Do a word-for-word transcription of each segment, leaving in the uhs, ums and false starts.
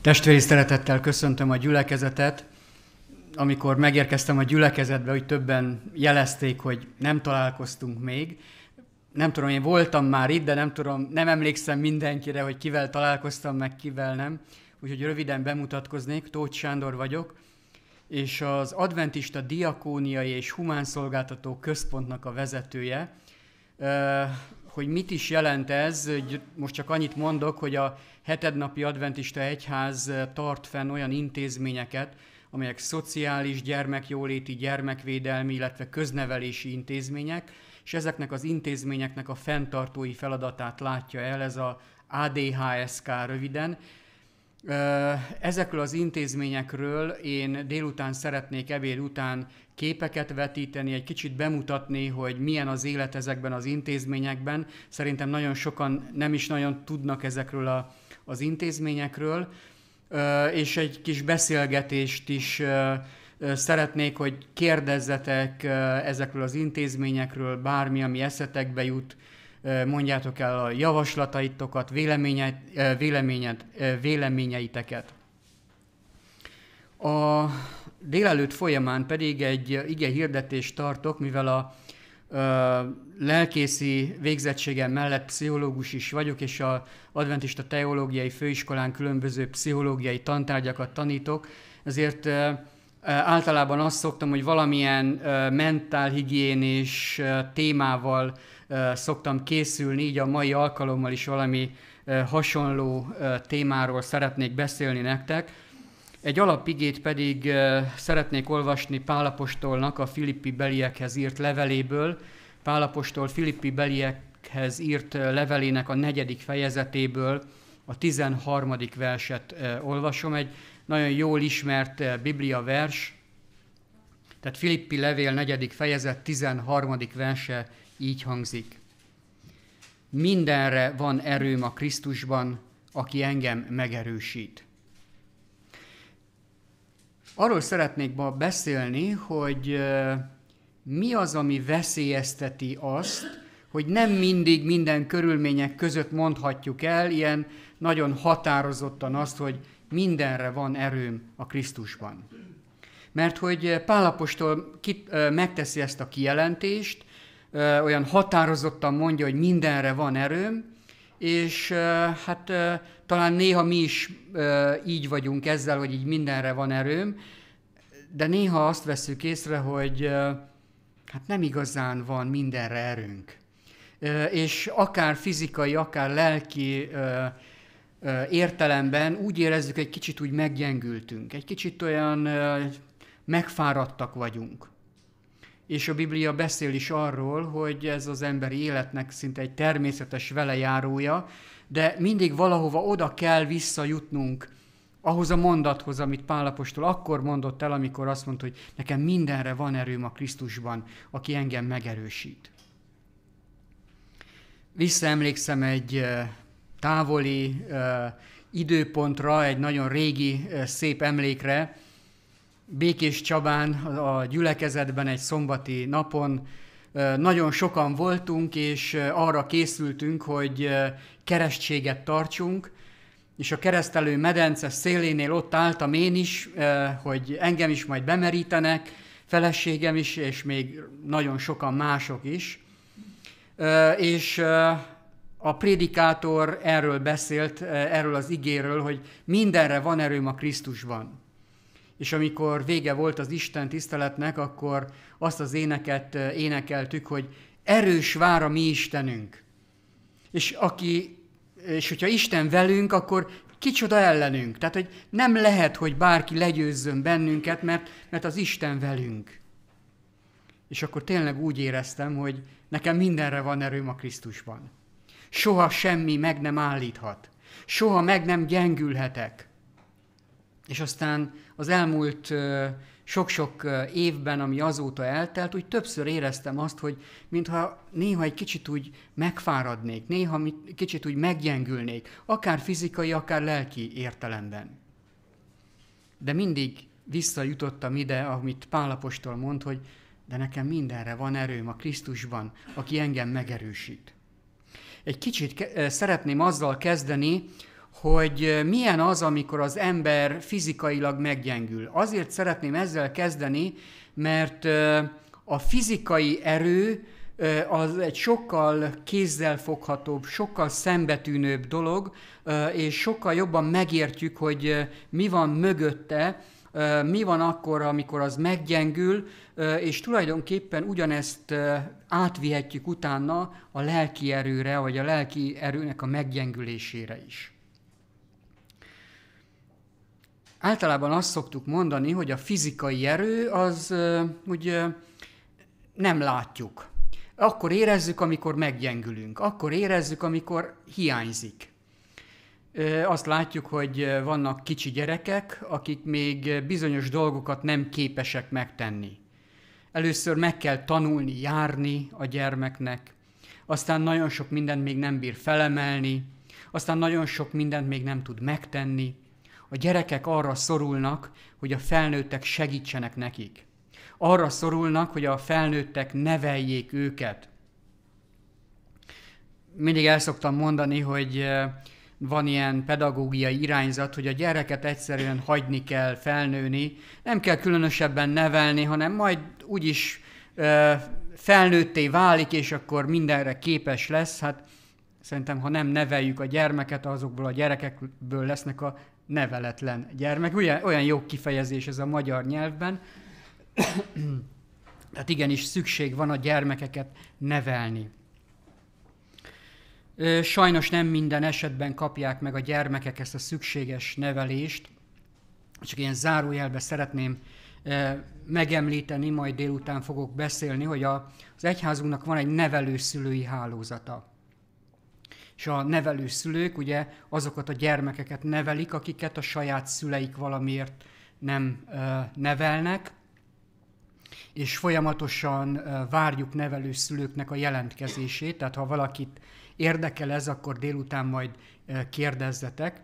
Testvéri szeretettel köszöntöm a gyülekezetet. Amikor megérkeztem a gyülekezetbe, hogy többen jelezték, hogy nem találkoztunk még. Nem tudom, én voltam már itt, de nem tudom, nem emlékszem mindenkire, hogy kivel találkoztam, meg kivel nem. Úgyhogy röviden bemutatkoznék, Tóth Sándor vagyok, és az Adventista Diakóniai és Humánszolgáltató Központnak a vezetője. Hogy mit is jelent ez, most csak annyit mondok, hogy a hetednapi adventista egyház tart fenn olyan intézményeket, amelyek szociális, gyermekjóléti, gyermekvédelmi, illetve köznevelési intézmények, és ezeknek az intézményeknek a fenntartói feladatát látja el, ez a á dé há es ká röviden. Ezekről az intézményekről én délután szeretnék ebéd után képeket vetíteni, egy kicsit bemutatni, hogy milyen az élet ezekben az intézményekben. Szerintem nagyon sokan nem is nagyon tudnak ezekről a, az intézményekről, és egy kis beszélgetést is szeretnék, hogy kérdezzetek ezekről az intézményekről, bármi, ami eszetekbe jut, mondjátok el a javaslataitokat, véleményet, véleményet, véleményeiteket. A délelőtt folyamán pedig egy ige hirdetést tartok, mivel a, a lelkészi végzettségem mellett pszichológus is vagyok, és az Adventista Teológiai Főiskolán különböző pszichológiai tantárgyakat tanítok, ezért általában azt szoktam, hogy valamilyen mentálhigiénés témával szoktam készülni, így a mai alkalommal is valami hasonló témáról szeretnék beszélni nektek. Egy alapigét pedig szeretnék olvasni Pál apostolnak a Filippi beliekhez írt leveléből. Pál apostol Filippi beliekhez írt levelének a negyedik fejezetéből a tizenharmadik verset olvasom. Egy nagyon jól ismert Biblia vers, tehát Filippi levél negyedik fejezet tizenharmadik verse így hangzik. Mindenre van erőm a Krisztusban, aki engem megerősít. Arról szeretnék ma beszélni, hogy mi az, ami veszélyezteti azt, hogy nem mindig minden körülmények között mondhatjuk el ilyen nagyon határozottan azt, hogy mindenre van erőm a Krisztusban. Mert hogy Pál apostol megteszi ezt a kijelentést, olyan határozottan mondja, hogy mindenre van erőm, és hát talán néha mi is így vagyunk ezzel, hogy így mindenre van erőm, de néha azt vesszük észre, hogy hát nem igazán van mindenre erőnk. És akár fizikai, akár lelki értelemben úgy érezzük, egy kicsit úgy meggyengültünk, egy kicsit olyan megfáradtak vagyunk. És a Biblia beszél is arról, hogy ez az emberi életnek szinte egy természetes velejárója, de mindig valahova oda kell visszajutnunk ahhoz a mondathoz, amit Pál apostol akkor mondott el, amikor azt mondta, hogy nekem mindenre van erőm a Krisztusban, aki engem megerősít. Visszaemlékszem egy távoli időpontra, egy nagyon régi, szép emlékre. Békés Csabán, a gyülekezetben egy szombati napon nagyon sokan voltunk, és arra készültünk, hogy keresztséget tartsunk, és a keresztelő medence szélénél ott álltam én is, hogy engem is majd bemerítenek, feleségem is, és még nagyon sokan mások is. És a prédikátor erről beszélt, erről az igéről, hogy mindenre van erőm a Krisztusban. És amikor vége volt az Isten tiszteletnek, akkor azt az éneket énekeltük, hogy erős vár a mi Istenünk. És, aki, és hogyha Isten velünk, akkor kicsoda ellenünk. Tehát, hogy nem lehet, hogy bárki legyőzzön bennünket, mert, mert az Isten velünk. És akkor tényleg úgy éreztem, hogy nekem mindenre van erőm a Krisztusban. Soha semmi meg nem állíthat. Soha meg nem gyengülhetek. És aztán az elmúlt sok-sok évben, ami azóta eltelt, úgy többször éreztem azt, hogy mintha néha egy kicsit úgy megfáradnék, néha kicsit úgy meggyengülnék, akár fizikai, akár lelki értelemben. De mindig visszajutottam ide, amit Pál apostol mond, hogy de nekem mindenre van erőm a Krisztusban, aki engem megerősít. Egy kicsit szeretném azzal kezdeni, hogy milyen az, amikor az ember fizikailag meggyengül. Azért szeretném ezzel kezdeni, mert a fizikai erő az egy sokkal kézzelfoghatóbb, sokkal szembetűnőbb dolog, és sokkal jobban megértjük, hogy mi van mögötte, mi van akkor, amikor az meggyengül, és tulajdonképpen ugyanezt átvihetjük utána a lelki erőre, vagy a lelki erőnek a meggyengülésére is. Általában azt szoktuk mondani, hogy a fizikai erő az úgy nem látjuk. Akkor érezzük, amikor meggyengülünk. Akkor érezzük, amikor hiányzik. Azt látjuk, hogy vannak kicsi gyerekek, akik még bizonyos dolgokat nem képesek megtenni. Először meg kell tanulni, járni a gyermeknek, aztán nagyon sok mindent még nem bír felemelni, aztán nagyon sok mindent még nem tud megtenni. A gyerekek arra szorulnak, hogy a felnőttek segítsenek nekik. Arra szorulnak, hogy a felnőttek neveljék őket. Mindig el szoktam mondani, hogy van ilyen pedagógiai irányzat, hogy a gyereket egyszerűen hagyni kell felnőni, nem kell különösebben nevelni, hanem majd úgyis felnőtté válik, és akkor mindenre képes lesz. Hát szerintem, ha nem neveljük a gyermeket, azokból a gyerekekből lesznek a neveletlen gyermek. Olyan, olyan jó kifejezés ez a magyar nyelvben. Tehát igenis szükség van a gyermekeket nevelni. Sajnos nem minden esetben kapják meg a gyermekek ezt a szükséges nevelést. Csak ilyen zárójelbe szeretném megemlíteni, majd délután fogok beszélni, hogy a, az egyházunknak van egy nevelőszülői hálózata. És a nevelőszülők ugye azokat a gyermekeket nevelik, akiket a saját szüleik valamiért nem nevelnek, és folyamatosan várjuk nevelőszülőknek a jelentkezését, tehát ha valakit érdekel ez, akkor délután majd kérdezzetek.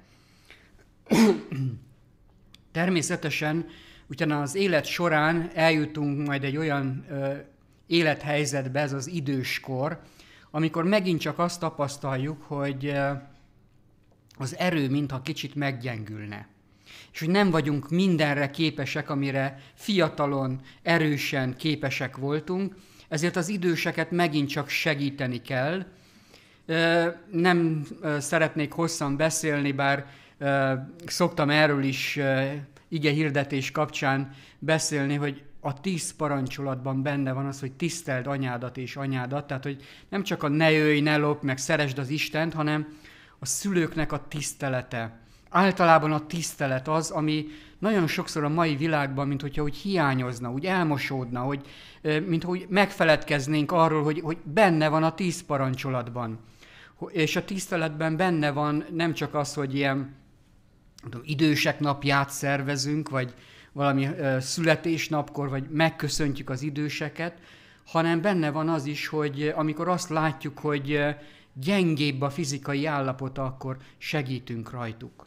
Természetesen ugyan az élet során eljutunk majd egy olyan élethelyzetbe, ez az időskor, amikor megint csak azt tapasztaljuk, hogy az erő mintha kicsit meggyengülne. És hogy nem vagyunk mindenre képesek, amire fiatalon, erősen képesek voltunk, ezért az időseket megint csak segíteni kell. Nem szeretnék hosszan beszélni, bár szoktam erről is igehirdetés kapcsán beszélni, hogy a tíz parancsolatban benne van az, hogy tiszteld anyádat és anyádat, tehát hogy nem csak a ne ölj, ne lopj, meg szeresd az Istent, hanem a szülőknek a tisztelete. Általában a tisztelet az, ami nagyon sokszor a mai világban, mint hogyha úgy hiányozna, úgy elmosódna, hogy, mint hogy megfeledkeznénk arról, hogy, hogy benne van a tíz parancsolatban. És a tiszteletben benne van nem csak az, hogy ilyen tudom, idősek napját szervezünk, vagy valami uh, születésnapkor, vagy megköszöntjük az időseket, hanem benne van az is, hogy amikor azt látjuk, hogy uh, gyengébb a fizikai állapota, akkor segítünk rajtuk.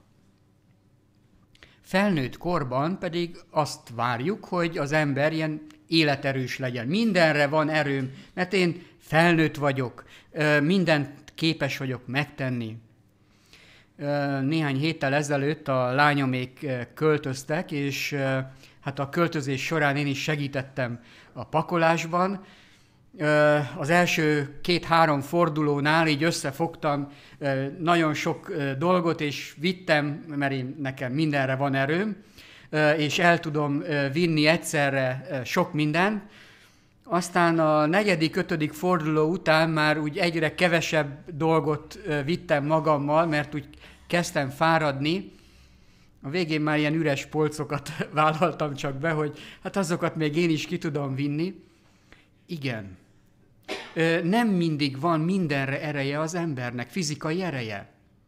Felnőtt korban pedig azt várjuk, hogy az ember ilyen életerős legyen. Mindenre van erőm, mert én felnőtt vagyok, uh, mindent képes vagyok megtenni. Néhány héttel ezelőtt a lányomék költöztek, és hát a költözés során én is segítettem a pakolásban. Az első két-három fordulónál így összefogtam nagyon sok dolgot, és vittem, mert én, nekem mindenre van erőm, és el tudom vinni egyszerre sok mindent. Aztán a negyedik, ötödik forduló után már úgy egyre kevesebb dolgot vittem magammal, mert úgy kezdtem fáradni. A végén már ilyen üres polcokat vállaltam csak be, hogy hát azokat még én is ki tudom vinni. Igen. Nem mindig van mindenre ereje az embernek, fizikai ereje.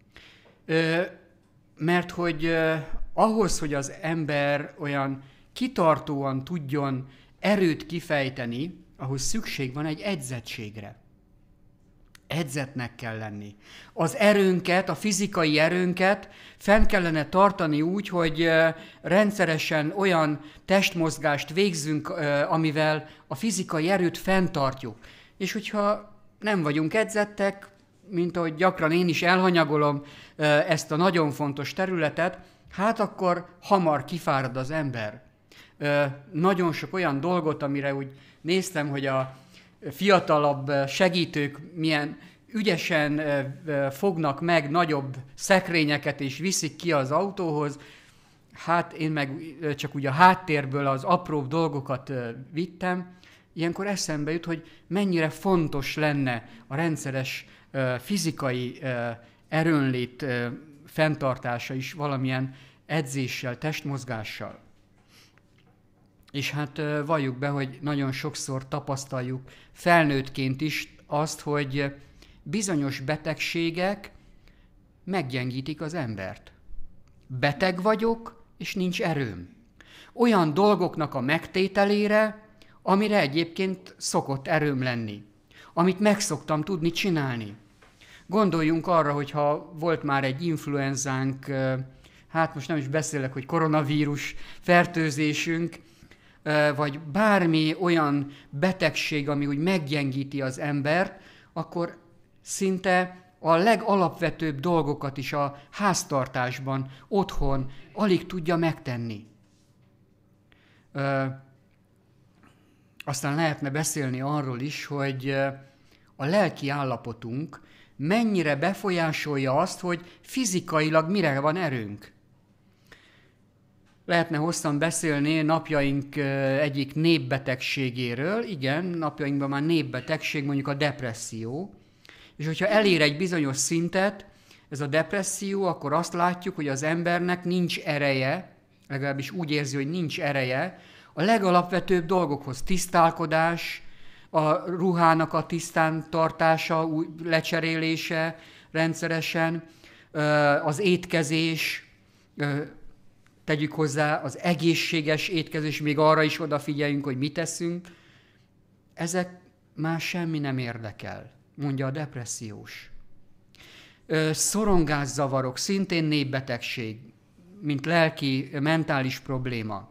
Mert hogy ahhoz, hogy az ember olyan kitartóan tudjon erőt kifejteni, ahhoz szükség van egy edzettségre. Edzettnek kell lenni. Az erőnket, a fizikai erőnket fenn kellene tartani úgy, hogy rendszeresen olyan testmozgást végzünk, amivel a fizikai erőt fenntartjuk. És hogyha nem vagyunk edzettek, mint ahogy gyakran én is elhanyagolom ezt a nagyon fontos területet, hát akkor hamar kifárad az ember. Nagyon sok olyan dolgot, amire úgy néztem, hogy a fiatalabb segítők milyen ügyesen fognak meg nagyobb szekrényeket és viszik ki az autóhoz, hát én meg csak úgy a háttérből az apróbb dolgokat vittem. Ilyenkor eszembe jut, hogy mennyire fontos lenne a rendszeres fizikai erőnlét fenntartása is valamilyen edzéssel, testmozgással. És hát valljuk be, hogy nagyon sokszor tapasztaljuk felnőttként is azt, hogy bizonyos betegségek meggyengítik az embert. Beteg vagyok, és nincs erőm. Olyan dolgoknak a megtételére, amire egyébként szokott erőm lenni, amit meg szoktam tudni csinálni. Gondoljunk arra, hogyha volt már egy influenzánk, hát most nem is beszélek, hogy koronavírus fertőzésünk, vagy bármi olyan betegség, ami úgy meggyengíti az embert, akkor szinte a legalapvetőbb dolgokat is a háztartásban, otthon alig tudja megtenni. Ö, aztán lehetne beszélni arról is, hogy a lelki állapotunk mennyire befolyásolja azt, hogy fizikailag mire van erőnk. Lehetne hosszan beszélni napjaink egyik népbetegségéről. Igen, napjainkban már népbetegség, mondjuk a depresszió. És hogyha elér egy bizonyos szintet, ez a depresszió, akkor azt látjuk, hogy az embernek nincs ereje, legalábbis úgy érzi, hogy nincs ereje, a legalapvetőbb dolgokhoz. Tisztálkodás, a ruhának a tisztán tartása, lecserélése rendszeresen, az étkezés, tegyük hozzá az egészséges étkezés, még arra is odafigyeljünk, hogy mit teszünk. Ezek már semmi nem érdekel, mondja a depressziós. Szorongászavarok, szintén népbetegség, mint lelki, mentális probléma.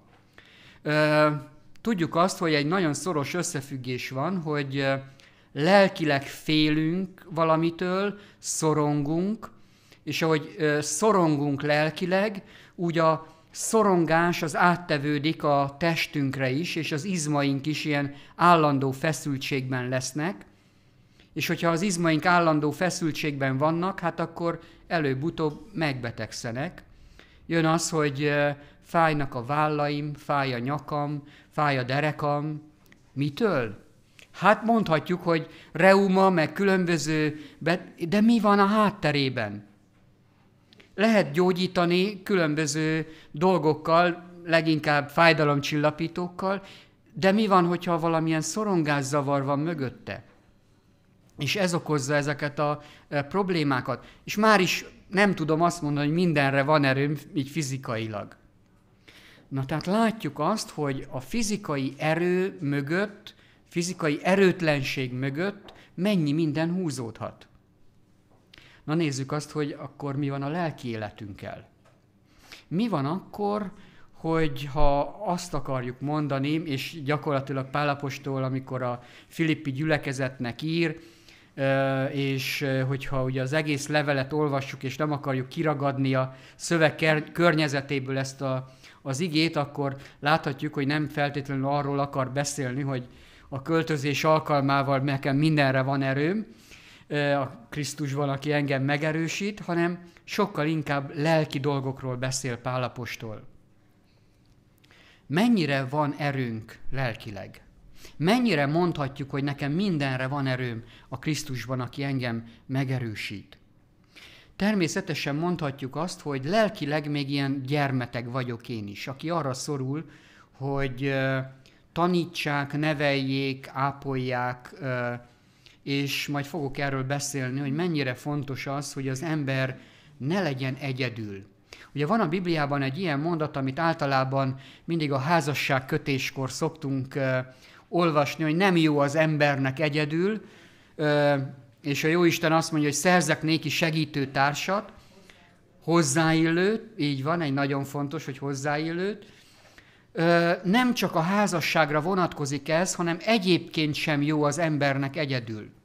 Tudjuk azt, hogy egy nagyon szoros összefüggés van, hogy lelkileg félünk valamitől, szorongunk, és ahogy szorongunk lelkileg, úgy a szorongás az áttevődik a testünkre is, és az izmaink is ilyen állandó feszültségben lesznek, és hogyha az izmaink állandó feszültségben vannak, hát akkor előbb-utóbb megbetegszenek. Jön az, hogy fájnak a vállaim, fáj a nyakam, fáj a derekam. Mitől? Hát mondhatjuk, hogy reuma, meg különböző, de mi van a hátterében? Lehet gyógyítani különböző dolgokkal, leginkább fájdalomcsillapítókkal, de mi van, hogyha valamilyen szorongászavar van mögötte? És ez okozza ezeket a problémákat. És már is nem tudom azt mondani, hogy mindenre van erőm, így fizikailag. Na tehát látjuk azt, hogy a fizikai erő mögött, fizikai erőtlenség mögött mennyi minden húzódhat. Na nézzük azt, hogy akkor mi van a lelki életünkkel. Mi van akkor, hogy ha azt akarjuk mondani, és gyakorlatilag Pál apostol, amikor a filippi gyülekezetnek ír, és hogyha ugye az egész levelet olvassuk, és nem akarjuk kiragadni a szöveg környezetéből ezt a, az igét, akkor láthatjuk, hogy nem feltétlenül arról akar beszélni, hogy a költözés alkalmával nekem mindenre van erőm, a Krisztusban, aki engem megerősít, hanem sokkal inkább lelki dolgokról beszél Pál apostol. Mennyire van erőnk lelkileg? Mennyire mondhatjuk, hogy nekem mindenre van erőm a Krisztusban, aki engem megerősít? Természetesen mondhatjuk azt, hogy lelkileg még ilyen gyermeteg vagyok én is, aki arra szorul, hogy tanítsák, neveljék, ápolják, és majd fogok erről beszélni, hogy mennyire fontos az, hogy az ember ne legyen egyedül. Ugye van a Bibliában egy ilyen mondat, amit általában mindig a házasság kötéskor szoktunk uh, olvasni, hogy nem jó az embernek egyedül, uh, és a Jóisten azt mondja, hogy szerzek néki segítőtársat, hozzáillőt, így van, egy nagyon fontos, hogy hozzáillőt. Uh, nem csak a házasságra vonatkozik ez, hanem egyébként sem jó az embernek egyedül.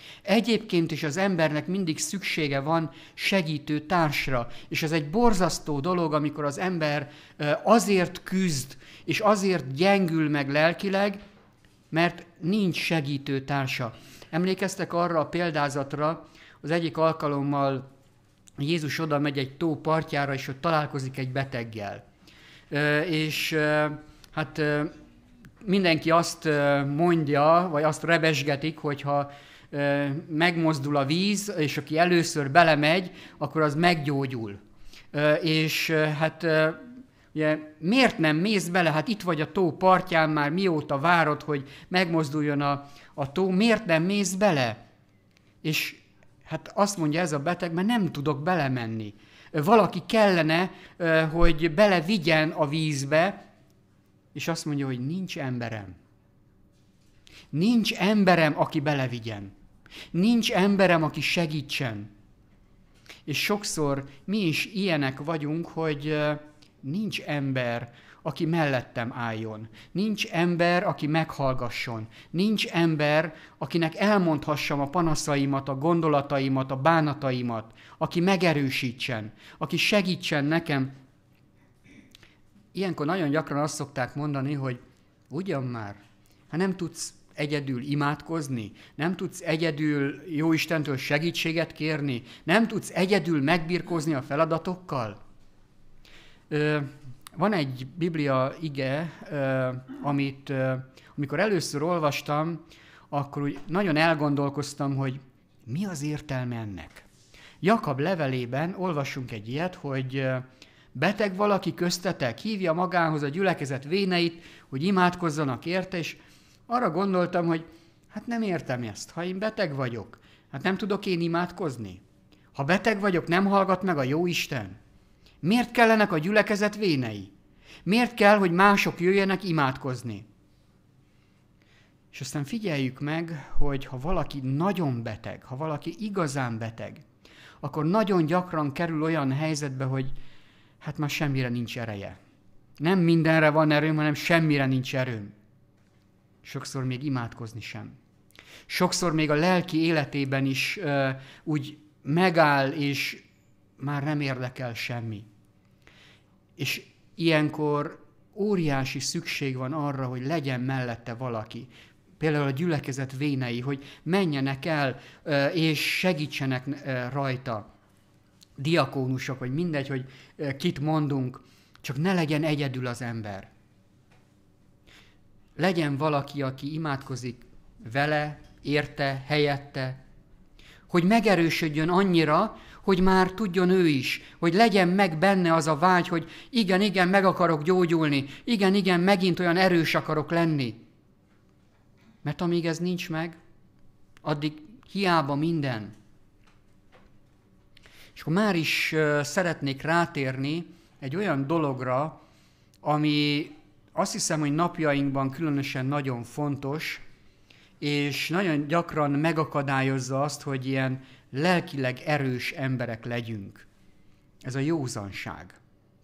Egyébként is az embernek mindig szüksége van segítő társra, és ez egy borzasztó dolog, amikor az ember azért küzd, és azért gyengül meg lelkileg, mert nincs segítő társa. Emlékeztek arra a példázatra, az egyik alkalommal Jézus oda megy egy tó partjára, és ott találkozik egy beteggel. És hát mindenki azt mondja, vagy azt rebesgetik, hogyha megmozdul a víz, és aki először belemegy, akkor az meggyógyul. És hát ugye, miért nem mész bele? Hát itt vagy a tó partján, már mióta várod, hogy megmozduljon a, a tó, miért nem mész bele? És hát azt mondja ez a beteg, mert nem tudok belemenni. Valaki kellene, hogy belevigyen a vízbe, és azt mondja, hogy nincs emberem. Nincs emberem, aki belevigyen. Nincs emberem, aki segítsen. És sokszor mi is ilyenek vagyunk, hogy nincs ember, aki mellettem álljon. Nincs ember, aki meghallgasson. Nincs ember, akinek elmondhassam a panaszaimat, a gondolataimat, a bánataimat, aki megerősítsen, aki segítsen nekem. Ilyenkor nagyon gyakran azt szokták mondani, hogy ugyan már, ha nem tudsz egyedül imádkozni, nem tudsz egyedül Jóistentől segítséget kérni, nem tudsz egyedül megbirkózni a feladatokkal. Van egy Biblia ige, amit amikor először olvastam, akkor úgy nagyon elgondolkoztam, hogy mi az értelme ennek. Jakab levelében olvassunk egy ilyet, hogy beteg valaki köztetek, hívja magához a gyülekezet véneit, hogy imádkozzanak érte, és arra gondoltam, hogy hát nem értem ezt. Ha én beteg vagyok, hát nem tudok én imádkozni. Ha beteg vagyok, nem hallgat meg a Jóisten. Miért kellenek a gyülekezet vénei? Miért kell, hogy mások jöjjenek imádkozni? És aztán figyeljük meg, hogy ha valaki nagyon beteg, ha valaki igazán beteg, akkor nagyon gyakran kerül olyan helyzetbe, hogy hát már semmire nincs ereje. Nem mindenre van erőm, hanem semmire nincs erőm. Sokszor még imádkozni sem. Sokszor még a lelki életében is uh, úgy megáll, és már nem érdekel semmi. És ilyenkor óriási szükség van arra, hogy legyen mellette valaki. Például a gyülekezet vénei, hogy menjenek el, uh, és segítsenek uh, rajta. Diakónusok, vagy mindegy, hogy uh, kit mondunk, csak ne legyen egyedül az ember. Legyen valaki, aki imádkozik vele, érte, helyette, hogy megerősödjön annyira, hogy már tudjon ő is, hogy legyen meg benne az a vágy, hogy igen, igen, meg akarok gyógyulni, igen, igen, megint olyan erős akarok lenni. Mert amíg ez nincs meg, addig hiába minden. És akkor már is uh, szeretnék rátérni egy olyan dologra, ami azt hiszem, hogy napjainkban különösen nagyon fontos, és nagyon gyakran megakadályozza azt, hogy ilyen lelkileg erős emberek legyünk. Ez a józanság.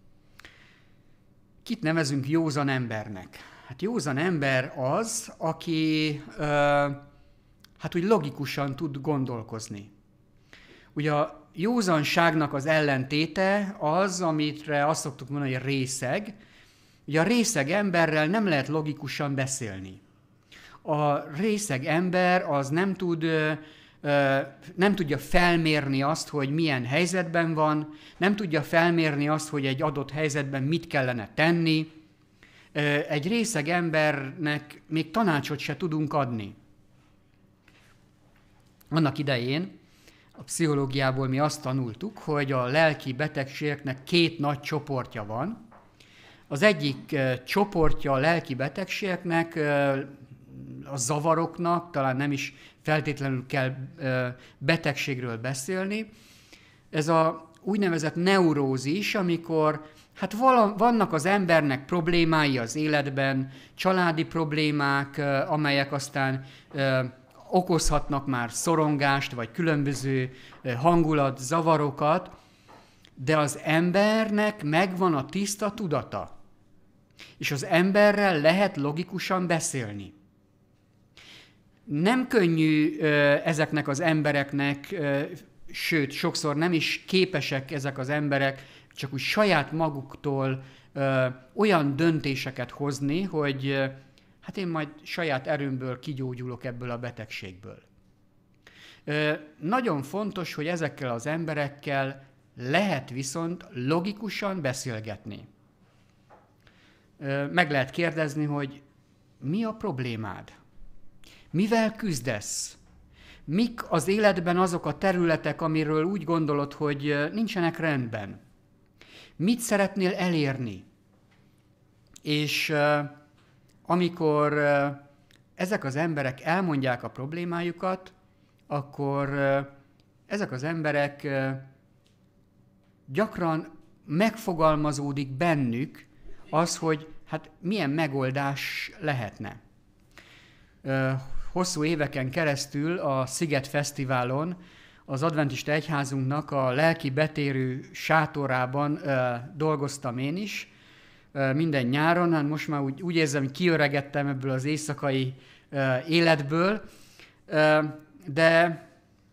Kit nevezünk józan embernek? Hát józan ember az, aki uh, hát úgy logikusan tud gondolkozni. Ugye a józanságnak az ellentéte az, amitre azt szoktuk mondani, hogy részeg. Ugye a részeg emberrel nem lehet logikusan beszélni. A részeg ember az nem tud, nem tudja felmérni azt, hogy milyen helyzetben van, nem tudja felmérni azt, hogy egy adott helyzetben mit kellene tenni. Egy részeg embernek még tanácsot se tudunk adni. Annak idején a pszichológiából mi azt tanultuk, hogy a lelki betegségeknek két nagy csoportja van. Az egyik csoportja a lelki betegségeknek, a zavaroknak, talán nem is feltétlenül kell betegségről beszélni. Ez a úgynevezett neurózis, amikor hát vannak az embernek problémái az életben, családi problémák, amelyek aztán okozhatnak már szorongást, vagy különböző hangulatzavarokat, de az embernek megvan a tiszta tudata. És az emberrel lehet logikusan beszélni. Nem könnyű ezeknek az embereknek, sőt, sokszor nem is képesek ezek az emberek csak úgy saját maguktól olyan döntéseket hozni, hogy hát én majd saját erőmből kigyógyulok ebből a betegségből. Nagyon fontos, hogy ezekkel az emberekkel lehet viszont logikusan beszélgetni. Meg lehet kérdezni, hogy mi a problémád? Mivel küzdesz? Mik az életben azok a területek, amiről úgy gondolod, hogy nincsenek rendben? Mit szeretnél elérni? És amikor ezek az emberek elmondják a problémájukat, akkor ezek az emberek gyakran megfogalmazódik bennük az, hogy hát milyen megoldás lehetne. Hosszú éveken keresztül a Sziget Fesztiválon az adventista egyházunknak a lelki betérő sátorában dolgoztam én is, minden nyáron, hát most már úgy, úgy érzem, hogy kiöregettem ebből az éjszakai életből, de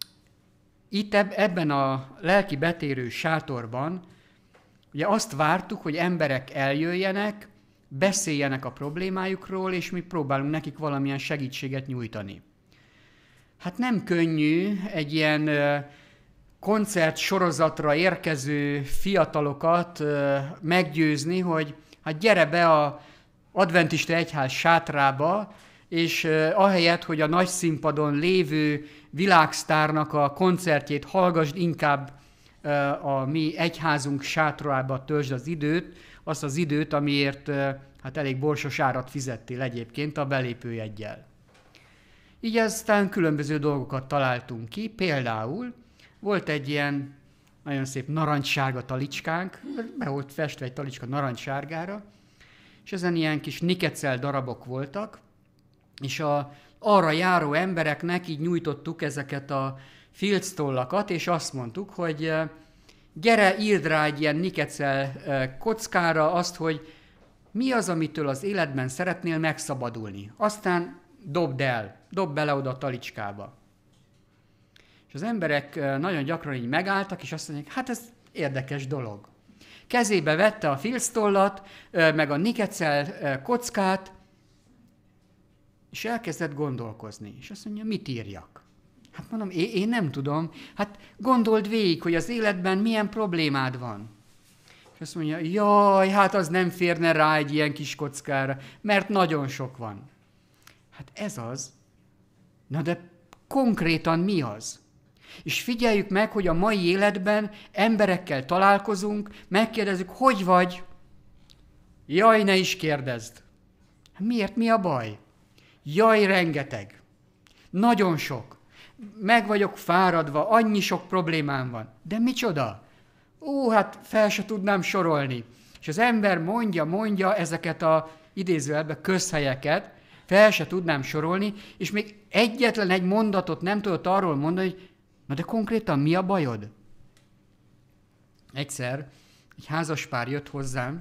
itt ebben a lelki betérő sátorban ugye azt vártuk, hogy emberek eljöjjenek, beszéljenek a problémájukról, és mi próbálunk nekik valamilyen segítséget nyújtani. Hát nem könnyű egy ilyen koncert sorozatra érkező fiatalokat meggyőzni, hogy hát gyere be a adventista egyház sátrába, és ahelyett, hogy a nagy színpadon lévő világsztárnak a koncertjét hallgassd, inkább a mi egyházunk sátrába töltsd az időt, azt az időt, amiért hát elég borsos árat fizettél egyébként a belépőjeggyel. Így aztán különböző dolgokat találtunk ki, például volt egy ilyen nagyon szép narancssárga talicskánk, be volt festve egy talicska narancssárgára, és ezen ilyen kis nikecel darabok voltak, és a arra járó embereknek így nyújtottuk ezeket a filctollakat, és azt mondtuk, hogy gyere, írd rá egy ilyen nikecel kockára azt, hogy mi az, amitől az életben szeretnél megszabadulni. Aztán dobd el, dobd bele oda a talicskába. És az emberek nagyon gyakran így megálltak, és azt mondják, hát ez érdekes dolog. Kezébe vette a filctollat, meg a nikecel kockát, és elkezdett gondolkozni. És azt mondja, mit írjak? Hát mondom, én, én nem tudom. Hát gondold végig, hogy az életben milyen problémád van. És azt mondja, jaj, hát az nem férne rá egy ilyen kis kockára, mert nagyon sok van. Hát ez az. Na de konkrétan mi az? És figyeljük meg, hogy a mai életben emberekkel találkozunk, megkérdezzük, hogy vagy? Jaj, ne is kérdezd. Miért? Mi a baj? Jaj, rengeteg. Nagyon sok. Meg vagyok fáradva, annyi sok problémám van. De micsoda? Ó, hát fel se tudnám sorolni. És az ember mondja, mondja ezeket a idézőjelbe közhelyeket, fel se tudnám sorolni, és még egyetlen egy mondatot nem tudott arról mondani, hogy na de konkrétan mi a bajod? Egyszer egy házaspár jött hozzám,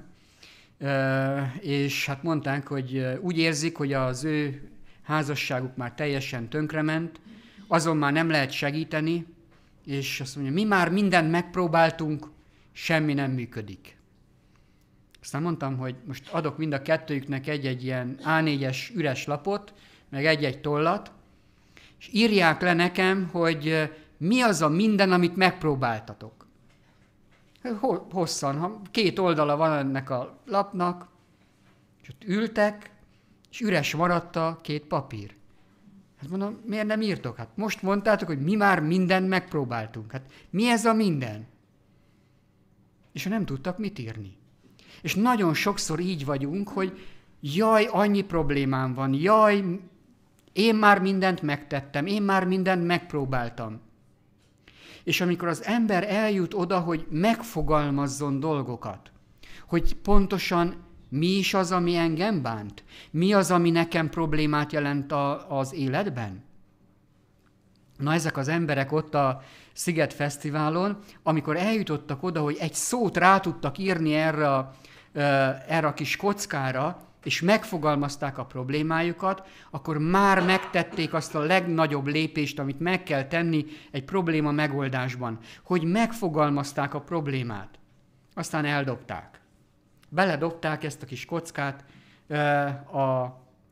és hát mondták, hogy úgy érzik, hogy az ő házasságuk már teljesen tönkrement, azon már nem lehet segíteni, és azt mondja, mi már mindent megpróbáltunk, semmi nem működik. Aztán mondtam, hogy most adok mind a kettőjüknek egy-egy ilyen á négyes üres lapot, meg egy-egy tollat, és írják le nekem, hogy mi az a minden, amit megpróbáltatok. Hosszan, két oldala van ennek a lapnak, és ott ültek, és üres maradt a két papír. Hát mondom, miért nem írtok? Hát most mondtátok, hogy mi már mindent megpróbáltunk. Hát mi ez a minden? És nem tudtak mit írni. És nagyon sokszor így vagyunk, hogy jaj, annyi problémám van, jaj, én már mindent megtettem, én már mindent megpróbáltam. És amikor az ember eljut oda, hogy megfogalmazzon dolgokat, hogy pontosan mi is az, ami engem bánt, mi az, ami nekem problémát jelent a, az életben. Na ezek az emberek ott a Sziget Fesztiválon, amikor eljutottak oda, hogy egy szót rá tudtak írni erre a, erre a kis kockára, és megfogalmazták a problémájukat, akkor már megtették azt a legnagyobb lépést, amit meg kell tenni egy probléma megoldásban, hogy megfogalmazták a problémát. Aztán eldobták. Beledobták ezt a kis kockát a, a,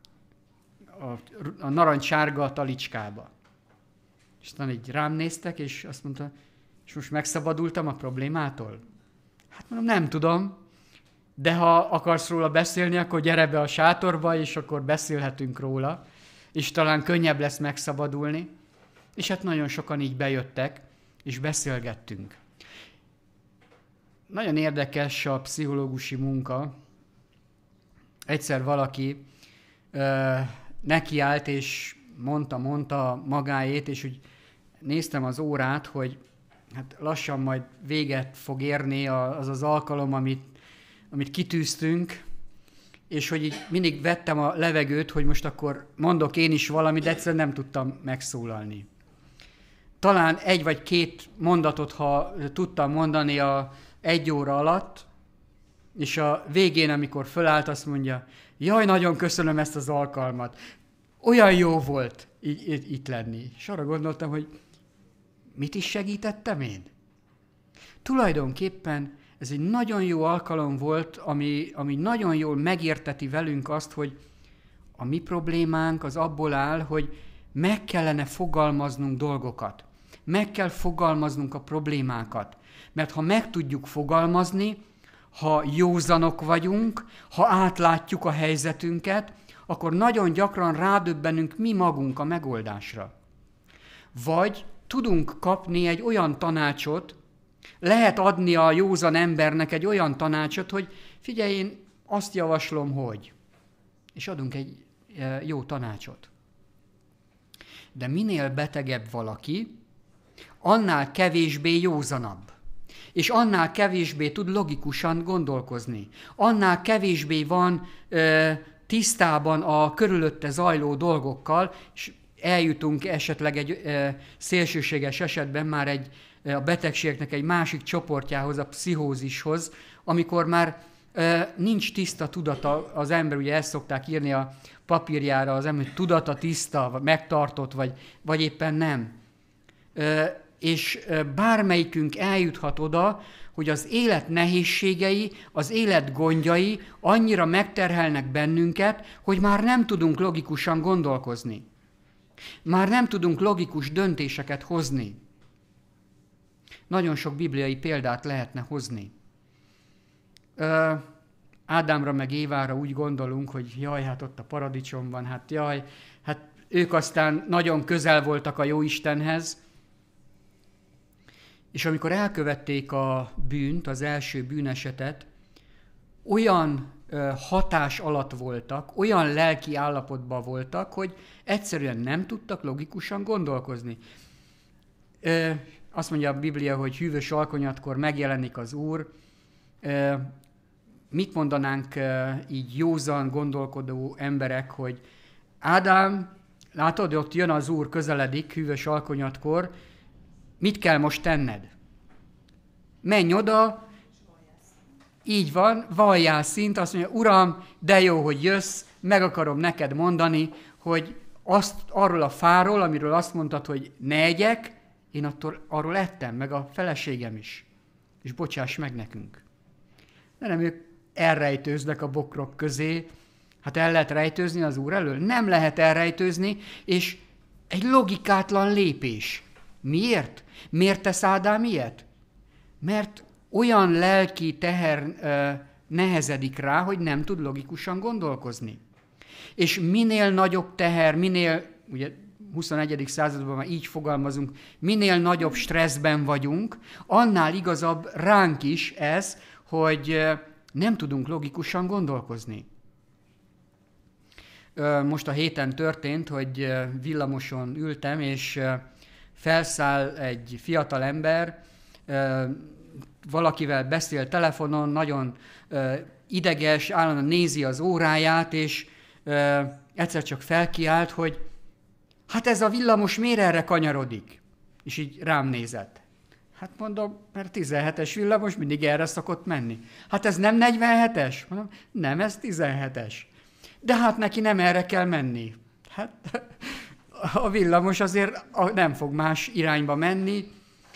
a narancssárga talicskába. És aztán így rám néztek, és azt mondta, és most megszabadultam a problémától? Hát mondom, nem tudom, de ha akarsz róla beszélni, akkor gyere be a sátorba, és akkor beszélhetünk róla, és talán könnyebb lesz megszabadulni. És hát nagyon sokan így bejöttek, és beszélgettünk. Nagyon érdekes a pszichológusi munka. Egyszer valaki ö, nekiállt, és mondta, mondta magáét, és úgy néztem az órát, hogy hát lassan majd véget fog érni az az alkalom, amit, amit kitűztünk, és hogy így mindig vettem a levegőt, hogy most akkor mondok én is valamit, de egyszerűen nem tudtam megszólalni. Talán egy vagy két mondatot, ha tudtam mondani a egy óra alatt, és a végén, amikor fölállt, azt mondja, jaj, nagyon köszönöm ezt az alkalmat. Olyan jó volt így, itt lenni. És arra gondoltam, hogy mit is segítettem én? Tulajdonképpen ez egy nagyon jó alkalom volt, ami, ami nagyon jól megérteti velünk azt, hogy a mi problémánk az abból áll, hogy meg kellene fogalmaznunk dolgokat. Meg kell fogalmaznunk a problémákat. Mert ha meg tudjuk fogalmazni, ha józanok vagyunk, ha átlátjuk a helyzetünket, akkor nagyon gyakran rádöbbenünk mi magunk a megoldásra. Vagy tudunk kapni egy olyan tanácsot, lehet adni a józan embernek egy olyan tanácsot, hogy figyelj, én azt javaslom, hogy. És adunk egy jó tanácsot. De minél betegebb valaki, annál kevésbé józanabb. És annál kevésbé tud logikusan gondolkozni. Annál kevésbé van ö, tisztában a körülötte zajló dolgokkal, és eljutunk esetleg egy ö, szélsőséges esetben már egy, ö, a betegségeknek egy másik csoportjához, a pszichózishoz, amikor már ö, nincs tiszta tudata az ember, ugye ezt szokták írni a papírjára az ember, hogy tudata tiszta, vagy megtartott, vagy, vagy éppen nem. Ö, és bármelyikünk eljuthat oda, hogy az élet nehézségei, az élet gondjai annyira megterhelnek bennünket, hogy már nem tudunk logikusan gondolkozni. Már nem tudunk logikus döntéseket hozni. Nagyon sok bibliai példát lehetne hozni. Ö, Ádámra meg Évára úgy gondolunk, hogy jaj, hát ott a paradicsomban, hát jaj, hát ők aztán nagyon közel voltak a Jóistenhez, és amikor elkövették a bűnt, az első bűnesetet, olyan ö, hatás alatt voltak, olyan lelki állapotban voltak, hogy egyszerűen nem tudtak logikusan gondolkozni. Ö, azt mondja a Biblia, hogy hűvös alkonyatkor megjelenik az Úr. Ö, mit mondanánk ö, így józan gondolkodó emberek, hogy Ádám, látod, ott jön az Úr, közeledik hűvös alkonyatkor, mit kell most tenned? Menj oda, így van, valljál szint, azt mondja, Uram, de jó, hogy jössz, meg akarom neked mondani, hogy azt, arról a fáról, amiről azt mondtad, hogy ne egyek, én attól, arról ettem, meg a feleségem is. És bocsáss meg nekünk. De nem, ők elrejtőznek a bokrok közé. Hát el lehet rejtőzni az Úr elől? Nem lehet elrejtőzni, és egy logikátlan lépés. Miért? Miért tesz Ádám ilyet? Mert olyan lelki teher ö, nehezedik rá, hogy nem tud logikusan gondolkozni. És minél nagyobb teher, minél, ugye huszonegyedik században már így fogalmazunk, minél nagyobb stresszben vagyunk, annál igazabb ránk is ez, hogy ö, nem tudunk logikusan gondolkozni. Ö, most a héten történt, hogy ö, villamoson ültem, és ö, felszáll egy fiatal ember, valakivel beszél telefonon, nagyon ideges, állandóan nézi az óráját, és egyszer csak felkiált, hogy hát ez a villamos miért erre kanyarodik? És így rám nézett. Hát mondom, mert tizenhetes villamos mindig erre szokott menni. Hát ez nem negyvenhetes? Mondom, nem, ez tizenhetes. De hát neki nem erre kell menni. Hát a villamos azért nem fog más irányba menni,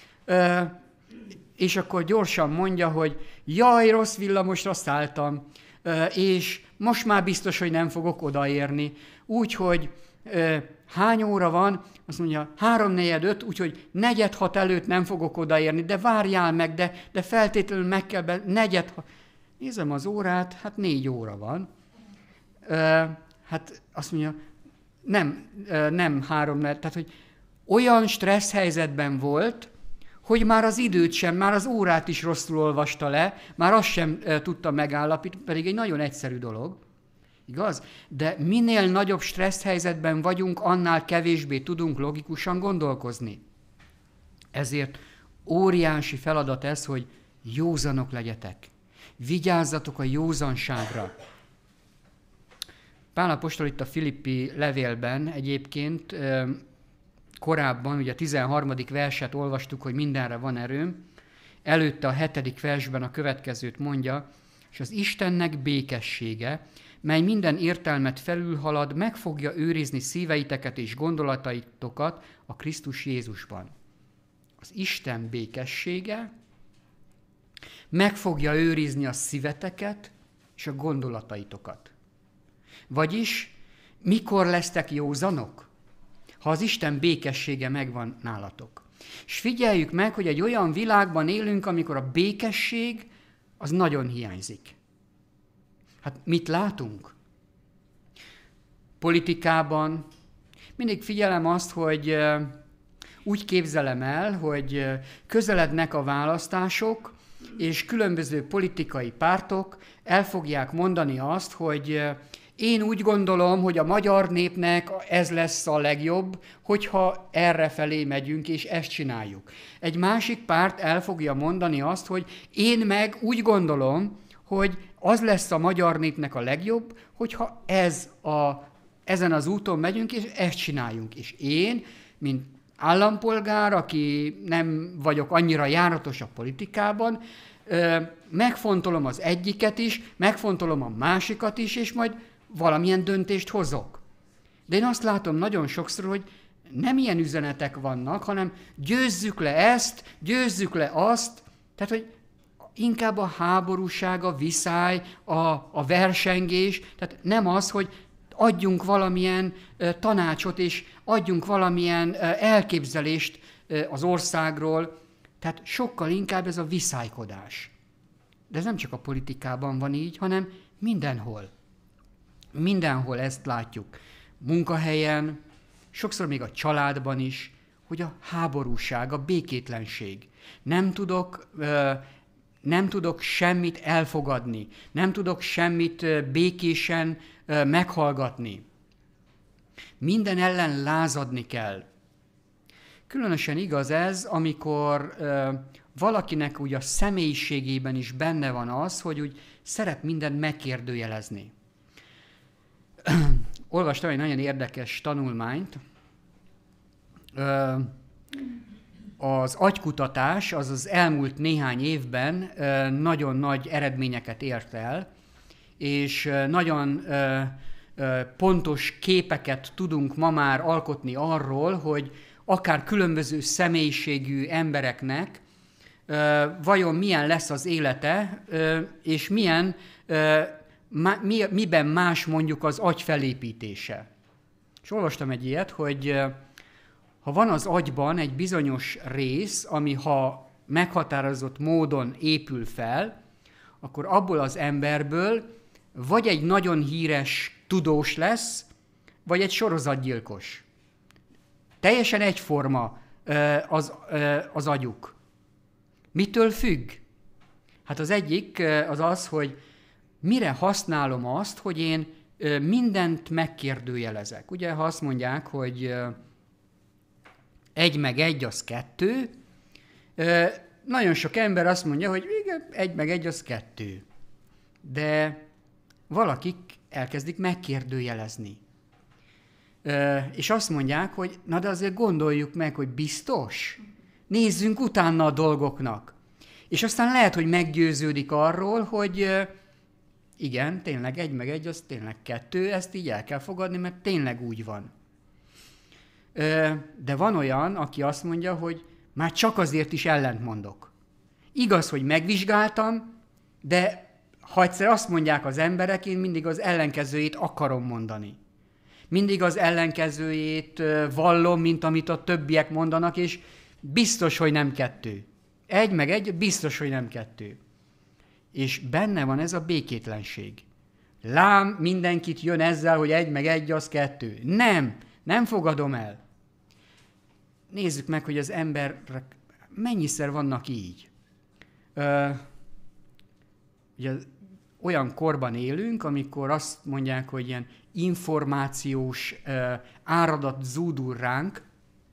és akkor gyorsan mondja, hogy jaj, rossz villamosra szálltam, és most már biztos, hogy nem fogok odaérni. Úgyhogy hány óra van? Azt mondja, három, negyed, öt, úgyhogy negyed hat előtt nem fogok odaérni, de várjál meg, de, de feltétlenül meg kell be, negyed hat. Nézem az órát, hát négy óra van. Hát azt mondja, nem, nem három, tehát hogy olyan stressz helyzetben volt, hogy már az időt sem, már az órát is rosszul olvasta le, már azt sem tudta megállapítani, pedig egy nagyon egyszerű dolog, igaz? De minél nagyobb stressz helyzetben vagyunk, annál kevésbé tudunk logikusan gondolkozni. Ezért óriási feladat ez, hogy józanok legyetek. Vigyázzatok a józanságra. Pál apostol itt a Filippi levélben egyébként korábban, ugye a tizenharmadik verset olvastuk, hogy mindenre van erőm, előtte a hetedik versben a következőt mondja, és az Istennek békessége, mely minden értelmet felülhalad, meg fogja őrizni szíveiteket és gondolataitokat a Krisztus Jézusban. Az Isten békessége meg fogja őrizni a szíveteket és a gondolataitokat. Vagyis, mikor lesztek józanok? Ha az Isten békessége megvan nálatok. És figyeljük meg, hogy egy olyan világban élünk, amikor a békesség az nagyon hiányzik. Hát mit látunk? Politikában mindig figyelem azt, hogy úgy képzelem el, hogy közelednek a választások, és különböző politikai pártok el fogják mondani azt, hogy én úgy gondolom, hogy a magyar népnek ez lesz a legjobb, hogyha errefelé megyünk, és ezt csináljuk. Egy másik párt el fogja mondani azt, hogy én meg úgy gondolom, hogy az lesz a magyar népnek a legjobb, hogyha ez a, ezen az úton megyünk, és ezt csináljunk. És én, mint állampolgár, aki nem vagyok annyira járatos a politikában, megfontolom az egyiket is, megfontolom a másikat is, és majd valamilyen döntést hozok. De én azt látom nagyon sokszor, hogy nem ilyen üzenetek vannak, hanem győzzük le ezt, győzzük le azt, tehát, hogy inkább a háborúság, a viszály, a, a versengés, tehát nem az, hogy adjunk valamilyen uh, tanácsot, és adjunk valamilyen uh, elképzelést uh, az országról, tehát sokkal inkább ez a viszálykodás. De ez nem csak a politikában van így, hanem mindenhol. Mindenhol ezt látjuk. Munkahelyen, sokszor még a családban is, hogy a háborúság, a békétlenség. Nem tudok, nem tudok semmit elfogadni, nem tudok semmit békésen meghallgatni. Minden ellen lázadni kell. Különösen igaz ez, amikor valakinek úgy a személyiségében is benne van az, hogy úgy szeret mindent megkérdőjelezni. Olvastam egy nagyon érdekes tanulmányt. Az agykutatás az az elmúlt néhány évben nagyon nagy eredményeket ért el, és nagyon pontos képeket tudunk ma már alkotni arról, hogy akár különböző személyiségű embereknek vajon milyen lesz az élete, és milyen Mi, miben más mondjuk az agy felépítése. És olvastam egy ilyet, hogy ha van az agyban egy bizonyos rész, ami ha meghatározott módon épül fel, akkor abból az emberből vagy egy nagyon híres tudós lesz, vagy egy sorozatgyilkos. Teljesen egyforma az, az agyuk. Mitől függ? Hát az egyik az az, hogy mire használom azt, hogy én mindent megkérdőjelezek. Ugye, ha azt mondják, hogy egy meg egy az kettő, nagyon sok ember azt mondja, hogy igen, egy meg egy az kettő. De valakik elkezdik megkérdőjelezni. És azt mondják, hogy na de azért gondoljuk meg, hogy biztos. Nézzünk utána a dolgoknak. És aztán lehet, hogy meggyőződik arról, hogy Igen, tényleg egy meg egy, az tényleg kettő, ezt így el kell fogadni, mert tényleg úgy van. De van olyan, aki azt mondja, hogy már csak azért is ellentmondok. Igaz, hogy megvizsgáltam, de ha egyszer azt mondják az emberek, én mindig az ellenkezőjét akarom mondani. Mindig az ellenkezőjét vallom, mint amit a többiek mondanak, és biztos, hogy nem kettő. Egy meg egy, biztos, hogy nem kettő. És benne van ez a békétlenség. Lám, mindenkit jön ezzel, hogy egy meg egy, az kettő. Nem, nem fogadom el. Nézzük meg, hogy az emberek mennyiszer vannak így. Ö, ugye olyan korban élünk, amikor azt mondják, hogy ilyen információs ö, áradat zúdul ránk,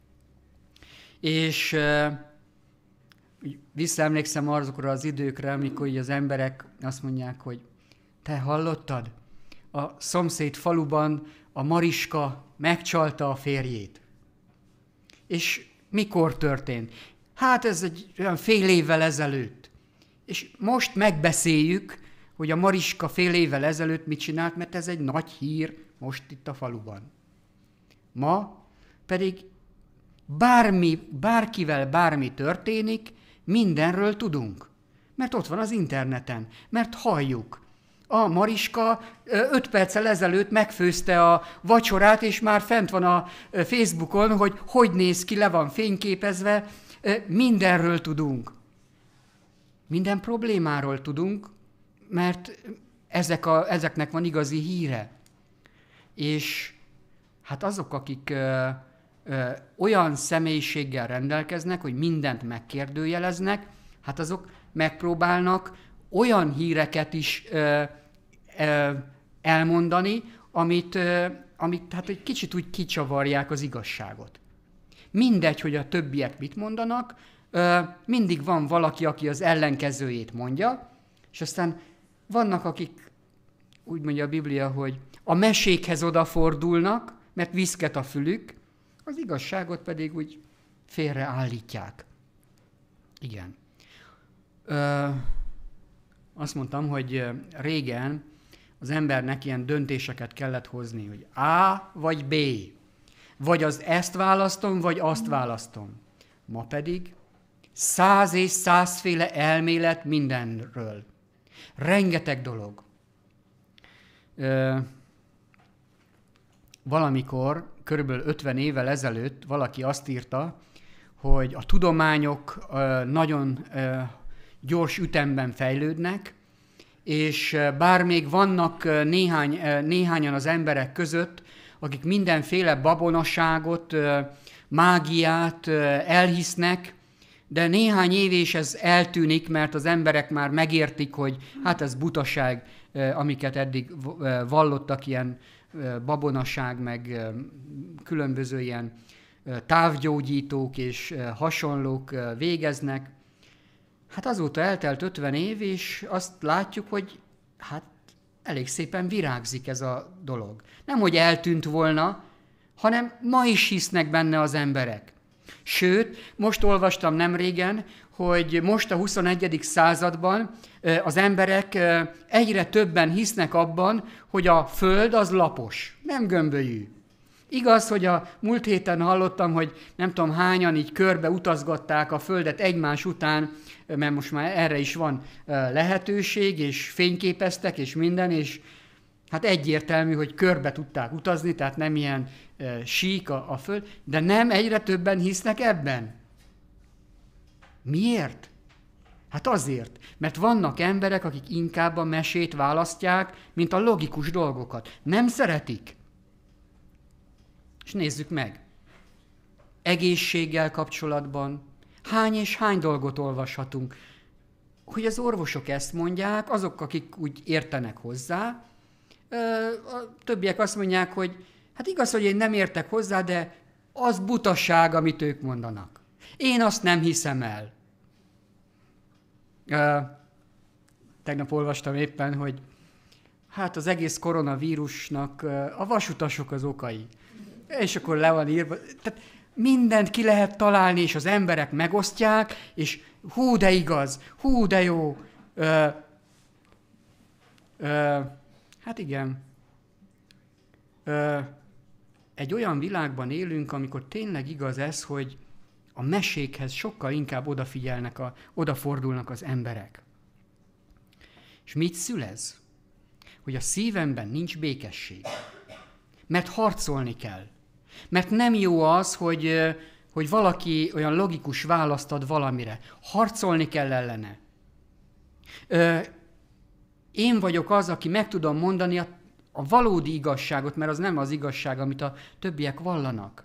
és ö, visszaemlékszem azokra az időkre, amikor az emberek azt mondják, hogy te hallottad? A szomszéd faluban a Mariska megcsalta a férjét. És mikor történt? Hát ez egy olyan fél évvel ezelőtt. És most megbeszéljük, hogy a Mariska fél évvel ezelőtt mit csinált, mert ez egy nagy hír most itt a faluban. Ma pedig bármi, bárkivel bármi történik, mindenről tudunk. Mert ott van az interneten, mert halljuk. A Mariska öt perccel ezelőtt megfőzte a vacsorát, és már fent van a Facebookon, hogy hogy néz ki, le van fényképezve. Mindenről tudunk. Minden problémáról tudunk, mert ezek a, ezeknek van igazi híre. És hát azok, akik ö, ö, olyan személyiséggel rendelkeznek, hogy mindent megkérdőjeleznek, hát azok megpróbálnak olyan híreket is ö, ö, elmondani, amit, ö, amit hát egy kicsit úgy kicsavarják az igazságot. Mindegy, hogy a többiek mit mondanak, ö, mindig van valaki, aki az ellenkezőjét mondja, és aztán vannak, akik, úgy mondja a Biblia, hogy a mesékhez odafordulnak, mert viszket a fülük, az igazságot pedig úgy félreállítják. Igen. Ö, azt mondtam, hogy régen az embernek ilyen döntéseket kellett hozni, hogy A vagy B, vagy az ezt választom, vagy azt választom. Ma pedig száz és százféle elmélet mindenről. Rengeteg dolog. Ö, valamikor, körülbelül ötven évvel ezelőtt valaki azt írta, hogy a tudományok ö, nagyon ö, gyors ütemben fejlődnek, és bár még vannak néhány, néhányan az emberek között, akik mindenféle babonaságot, mágiát elhisznek, de néhány év és ez eltűnik, mert az emberek már megértik, hogy hát ez butaság, amiket eddig vallottak, ilyen babonaság, meg különböző ilyen távgyógyítók és hasonlók végeznek. Hát azóta eltelt ötven év, és azt látjuk, hogy hát elég szépen virágzik ez a dolog. Nem, hogy eltűnt volna, hanem ma is hisznek benne az emberek. Sőt, most olvastam nemrégen, hogy most a huszonegyedik században az emberek egyre többen hisznek abban, hogy a Föld az lapos, nem gömbölyű. Igaz, hogy a múlt héten hallottam, hogy nem tudom hányan így körbe utazgatták a Földet egymás után, mert most már erre is van lehetőség, és fényképeztek, és minden, és hát egyértelmű, hogy körbe tudták utazni, tehát nem ilyen sík a, a Föld, de nem egyre többen hisznek ebben. Miért? Hát azért, mert vannak emberek, akik inkább a mesét választják, mint a logikus dolgokat. Nem szeretik. És nézzük meg. Egészséggel kapcsolatban hány és hány dolgot olvashatunk. Hogy az orvosok ezt mondják, azok, akik úgy értenek hozzá, a többiek azt mondják, hogy hát igaz, hogy én nem értek hozzá, de az butaság, amit ők mondanak. Én azt nem hiszem el. Tegnap olvastam éppen, hogy hát az egész koronavírusnak a vasutasok az okai. És akkor le van írva. Tehát mindent ki lehet találni, és az emberek megosztják, és hú, de igaz, hú, de jó. Ö, hát igen, ö, egy olyan világban élünk, amikor tényleg igaz ez, hogy a mesékhez sokkal inkább odafigyelnek, a, odafordulnak az emberek. És mit szül ez? Hogy a szívemben nincs békesség. Mert harcolni kell. Mert nem jó az, hogy, hogy valaki olyan logikus választ ad valamire. Harcolni kell ellene. Én vagyok az, aki meg tudom mondani a, a valódi igazságot, mert az nem az igazság, amit a többiek vallanak.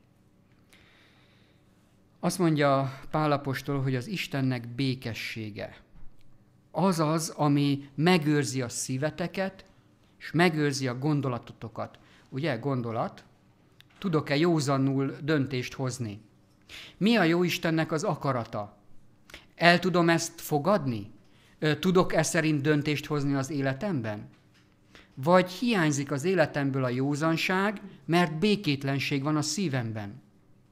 Azt mondja Pál apostol, hogy az Istennek békessége az az, ami megőrzi a szíveteket, és megőrzi a gondolatotokat. Ugye, gondolat? Tudok-e józanul döntést hozni? Mi a Jóistennek az akarata? El tudom ezt fogadni? Tudok e szerint döntést hozni az életemben? Vagy hiányzik az életemből a józanság, mert békétlenség van a szívemben?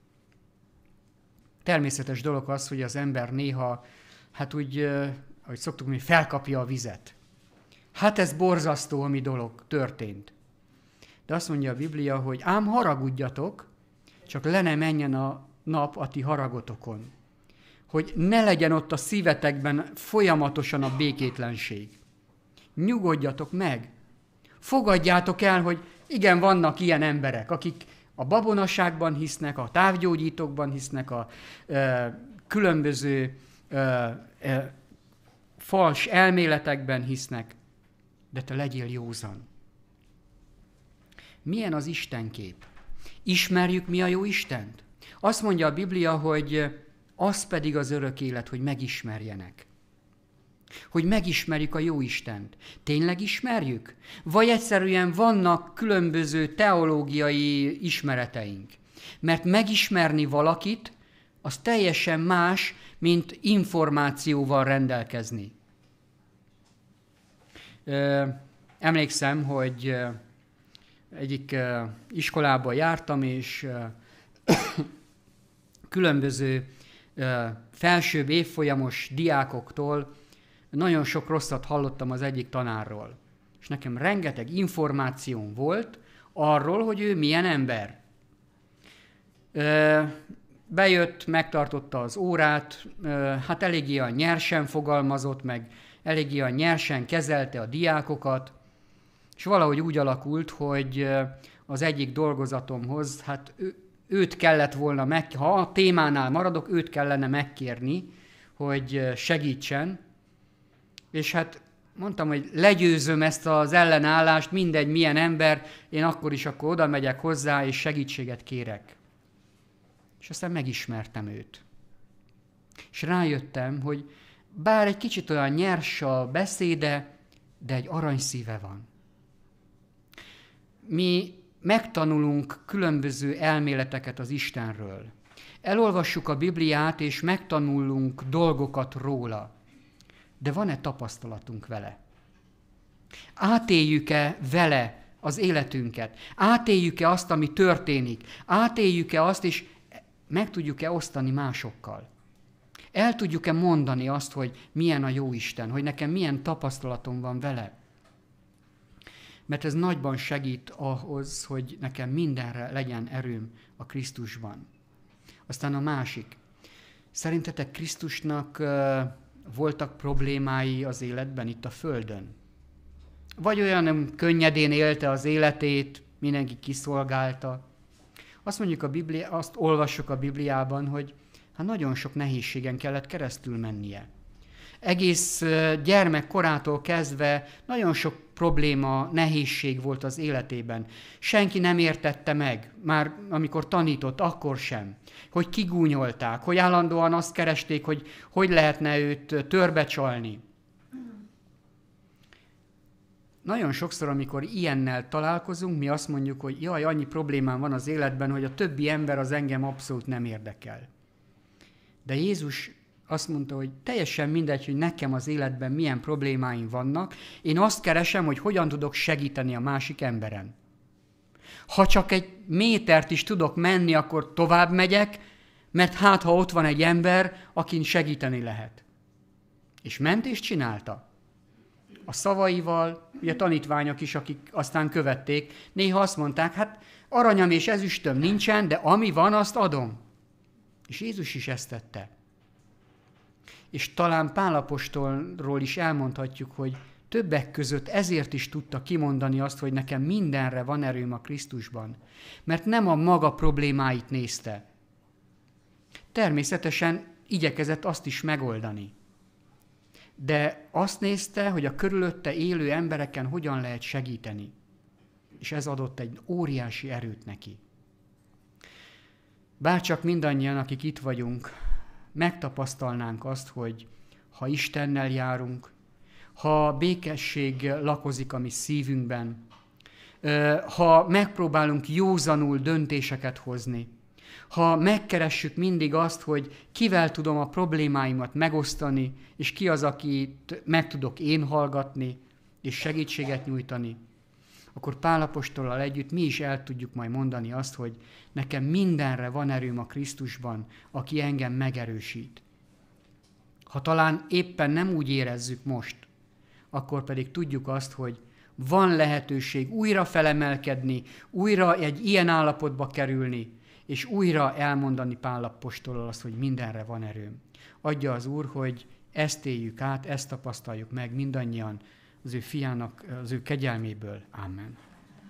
Természetes dolog az, hogy az ember néha, hát úgy, ahogy szoktuk mondani, felkapja a vizet. Hát ez borzasztó, ami dolog történt. De azt mondja a Biblia, hogy ám haragudjatok, csak le ne menjen a nap a ti haragotokon. Hogy ne legyen ott a szívetekben folyamatosan a békétlenség. Nyugodjatok meg. Fogadjátok el, hogy igen, vannak ilyen emberek, akik a babonaságban hisznek, a távgyógyítókban hisznek, a e, különböző e, e, fals elméletekben hisznek, de te legyél józan. Milyen az Istenkép? Ismerjük mi a jó Istent? Azt mondja a Biblia, hogy az pedig az örök élet, hogy megismerjenek. Hogy megismerjük a jó Istent. Tényleg ismerjük? Vagy egyszerűen vannak különböző teológiai ismereteink? Mert megismerni valakit, az teljesen más, mint információval rendelkezni. Emlékszem, hogy egyik iskolába jártam, és különböző felsőbb évfolyamos diákoktól nagyon sok rosszat hallottam az egyik tanárról. És nekem rengeteg információm volt arról, hogy ő milyen ember. Bejött, megtartotta az órát, hát eléggé olyan nyersen fogalmazott, meg eléggé olyan nyersen kezelte a diákokat, és valahogy úgy alakult, hogy az egyik dolgozatomhoz, hát ő, őt kellett volna meg, ha a témánál maradok, őt kellene megkérni, hogy segítsen. És hát mondtam, hogy legyőzöm ezt az ellenállást, mindegy milyen ember, én akkor is akkor oda megyek hozzá, és segítséget kérek. És aztán megismertem őt. És rájöttem, hogy bár egy kicsit olyan nyers a beszéde, de egy aranyszíve van. Mi megtanulunk különböző elméleteket az Istenről. Elolvassuk a Bibliát, és megtanulunk dolgokat róla. De van-e tapasztalatunk vele? Átéljük-e vele az életünket? Átéljük-e azt, ami történik? Átéljük-e azt, és meg tudjuk-e osztani másokkal? El tudjuk-e mondani azt, hogy milyen a jó Isten, hogy nekem milyen tapasztalatom van vele? Mert ez nagyban segít ahhoz, hogy nekem mindenre legyen erőm a Krisztusban. Aztán a másik. Szerintetek Krisztusnak uh, voltak problémái az életben itt a Földön? Vagy olyan könnyedén élte az életét, mindenki kiszolgálta? Azt mondjuk a Biblia, azt olvassuk a Bibliában, hogy hát nagyon sok nehézségen kellett keresztül mennie. Egész gyermekkorától kezdve nagyon sok probléma, nehézség volt az életében. Senki nem értette meg, már amikor tanított, akkor sem, hogy kigúnyolták, hogy állandóan azt keresték, hogy hogy lehetne őt törbecsalni. Nagyon sokszor, amikor ilyennel találkozunk, mi azt mondjuk, hogy jaj, annyi problémám van az életben, hogy a többi ember az engem abszolút nem érdekel. De Jézus azt mondta, hogy teljesen mindegy, hogy nekem az életben milyen problémáim vannak, én azt keresem, hogy hogyan tudok segíteni a másik emberen. Ha csak egy métert is tudok menni, akkor tovább megyek, mert hát, ha ott van egy ember, akin segíteni lehet. És ment és csinálta. a szavaival, ugye tanítványok is, akik aztán követték, néha azt mondták, hát aranyam és ezüstöm nincsen, de ami van, azt adom. És Jézus is ezt tette. És talán Pál apostolról is elmondhatjuk, hogy többek között ezért is tudta kimondani azt, hogy nekem mindenre van erőm a Krisztusban. Mert nem a maga problémáit nézte. Természetesen igyekezett azt is megoldani. De azt nézte, hogy a körülötte élő embereken hogyan lehet segíteni. És ez adott egy óriási erőt neki. Bárcsak mindannyian, akik itt vagyunk, megtapasztalnánk azt, hogy ha Istennel járunk, ha békesség lakozik a mi szívünkben, ha megpróbálunk józanul döntéseket hozni, ha megkeressük mindig azt, hogy kivel tudom a problémáimat megosztani, és ki az, akit meg tudok én hallgatni, és segítséget nyújtani, akkor Pál apostollal együtt mi is el tudjuk majd mondani azt, hogy nekem mindenre van erőm a Krisztusban, aki engem megerősít. Ha talán éppen nem úgy érezzük most, akkor pedig tudjuk azt, hogy van lehetőség újra felemelkedni, újra egy ilyen állapotba kerülni, és újra elmondani Pál apostollal azt, hogy mindenre van erőm. Adja az Úr, hogy ezt éljük át, ezt tapasztaljuk meg mindannyian az ő fiának, az ő kegyelméből. Amen.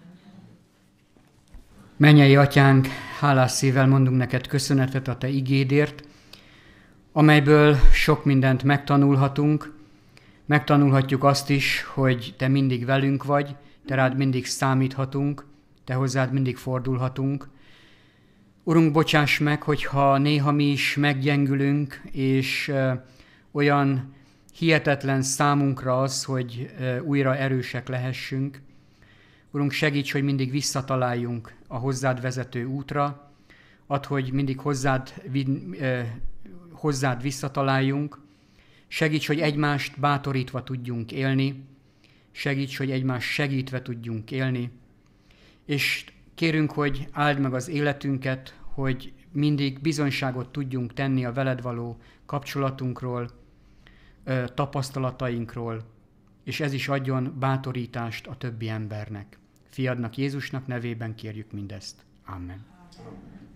Mennyei Atyánk, hálás szívvel mondunk neked köszönetet a te igédért, amelyből sok mindent megtanulhatunk. Megtanulhatjuk azt is, hogy te mindig velünk vagy, te rád mindig számíthatunk, te hozzád mindig fordulhatunk. Urunk, bocsáss meg, hogyha néha mi is meggyengülünk, és olyan hihetetlen számunkra az, hogy újra erősek lehessünk. Urunk, segíts, hogy mindig visszataláljunk a hozzád vezető útra, add, hogy mindig hozzád, hozzád visszataláljunk. Segíts, hogy egymást bátorítva tudjunk élni, segíts, hogy egymást segítve tudjunk élni, és kérünk, hogy áld meg az életünket, hogy mindig bizonyságot tudjunk tenni a veled való kapcsolatunkról, tapasztalatainkról, és ez is adjon bátorítást a többi embernek. Fiadnak, Jézusnak nevében kérjük mindezt. Amen.